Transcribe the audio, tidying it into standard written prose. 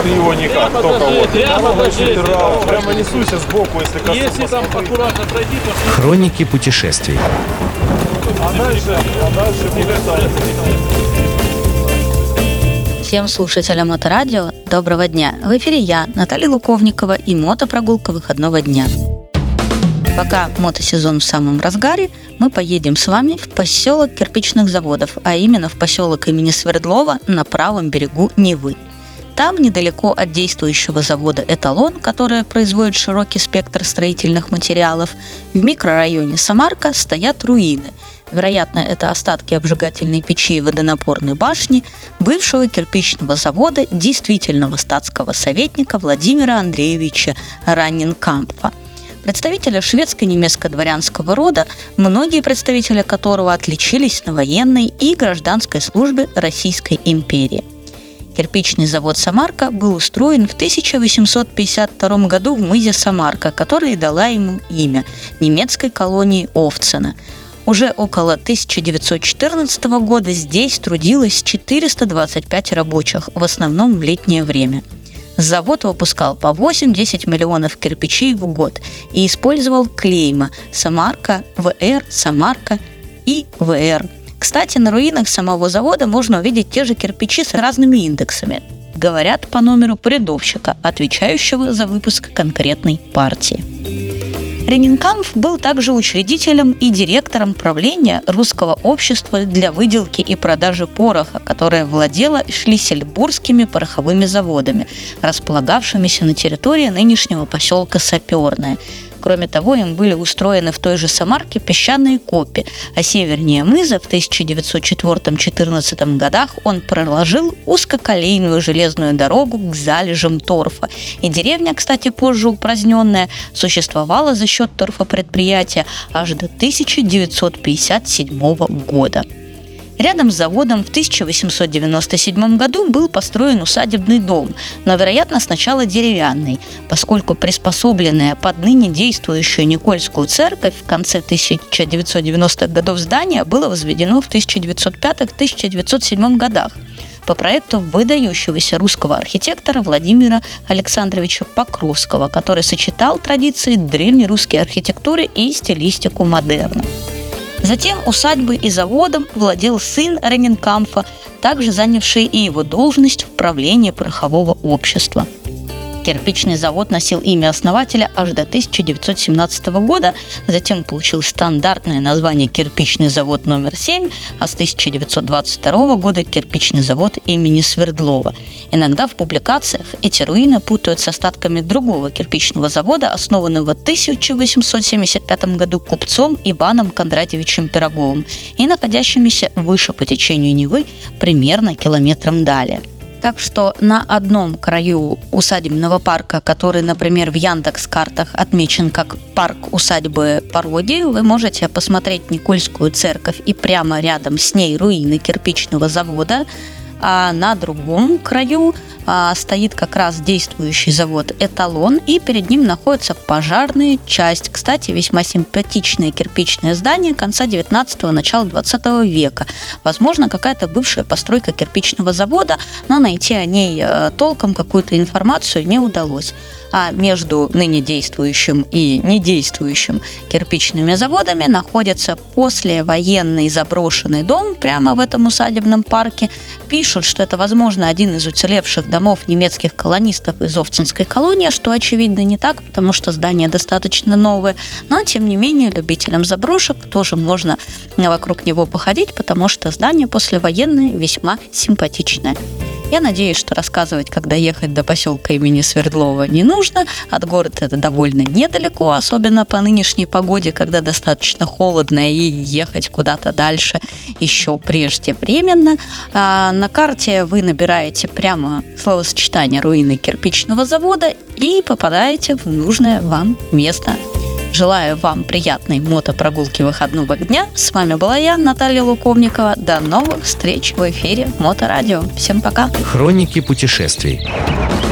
Ты его никак, только вот. Прямо несуйся сбоку, если коснусь. Если там аккуратно пройти, то... Хроники путешествий. А дальше будет там. Всем слушателям Моторадио доброго дня. В эфире я, Наталья Луковникова, и мотопрогулка выходного дня. Пока мотосезон в самом разгаре, мы поедем с вами в поселок кирпичных заводов, а именно в поселок имени Свердлова на правом берегу Невы. Там, недалеко от действующего завода «Эталон», который производит широкий спектр строительных материалов, в микрорайоне Самарка стоят руины. Вероятно, это остатки обжигательной печи и водонапорной башни бывшего кирпичного завода действительного статского советника Владимира Андреевича Ранненкампфа, представителя шведско-немецко-дворянского рода, многие представители которого отличились на военной и гражданской службе Российской империи. Кирпичный завод «Самарка» был устроен в 1852 году в мызе Самарка, которая дала ему имя немецкой колонии Овцена. Уже около 1914 года здесь трудилось 425 рабочих, в основном в летнее время. Завод выпускал по 8-10 миллионов кирпичей в год и использовал клейма «Самарка», «ВР», «Самарка» и «ВР». Кстати, на руинах самого завода можно увидеть те же кирпичи с разными индексами. Говорят по номеру порядовщика, отвечающего за выпуск конкретной партии. Ранненкампф был также учредителем и директором правления Русского общества для выделки и продажи пороха, которое владело шлиссельбургскими пороховыми заводами, располагавшимися на территории нынешнего поселка Саперное. Кроме того, им были устроены в той же Самарке песчаные копи, а севернее мыза в 1904-14 годах он проложил узкоколейную железную дорогу к залежам торфа. И деревня, кстати, позже упраздненная, существовала за счет торфопредприятия аж до 1957 года. Рядом с заводом в 1897 году был построен усадебный дом, но, вероятно, сначала деревянный, поскольку приспособленная под ныне действующую Никольскую церковь в конце 1990-х годов здание было возведено в 1905-1907 годах по проекту выдающегося русского архитектора Владимира Александровича Покровского, который сочетал традиции древнерусской архитектуры и стилистику модерна. Затем усадьбой и заводом владел сын Ранненкампфа, также занявший и его должность в правлении порохового общества. Кирпичный завод носил имя основателя аж до 1917 года, затем получил стандартное название «Кирпичный завод номер 7», а с 1922 года «Кирпичный завод имени Свердлова». Иногда в публикациях эти руины путают с остатками другого кирпичного завода, основанного в 1875 году купцом Иваном Кондратьевичем Пироговым и находящимися выше по течению Невы примерно километром далее. Так что на одном краю усадебного парка, который, например, в Яндекс.Картах отмечен как парк усадьбы Пародии, вы можете посмотреть Никольскую церковь и прямо рядом с ней руины кирпичного завода, а на другом краю стоит как раз действующий завод «Эталон», и перед ним находится пожарная часть. Кстати, весьма симпатичное кирпичное здание конца 19-го, начала 20 века. Возможно, какая-то бывшая постройка кирпичного завода, но найти о ней толком какую-то информацию не удалось. А между ныне действующим и недействующим кирпичными заводами находится послевоенный заброшенный дом прямо в этом усадебном парке. Пишут, что это, возможно, один из уцелевших домов немецких колонистов из Овцинской колонии, что, очевидно, не так, потому что здание достаточно новое. Но, тем не менее, любителям заброшек тоже можно вокруг него походить, потому что здание послевоенное весьма симпатичное. Я надеюсь, что рассказывать, когда ехать до поселка имени Свердлова, не нужно. От города это довольно недалеко, особенно по нынешней погоде, когда достаточно холодно, и ехать куда-то дальше еще преждевременно. На карте вы набираете прямо словосочетание «руины кирпичного завода» и попадаете в нужное вам место. Желаю вам приятной мотопрогулки выходного дня. С вами была я, Наталья Луковникова. До новых встреч в эфире Моторадио. Всем пока. Хроники путешествий.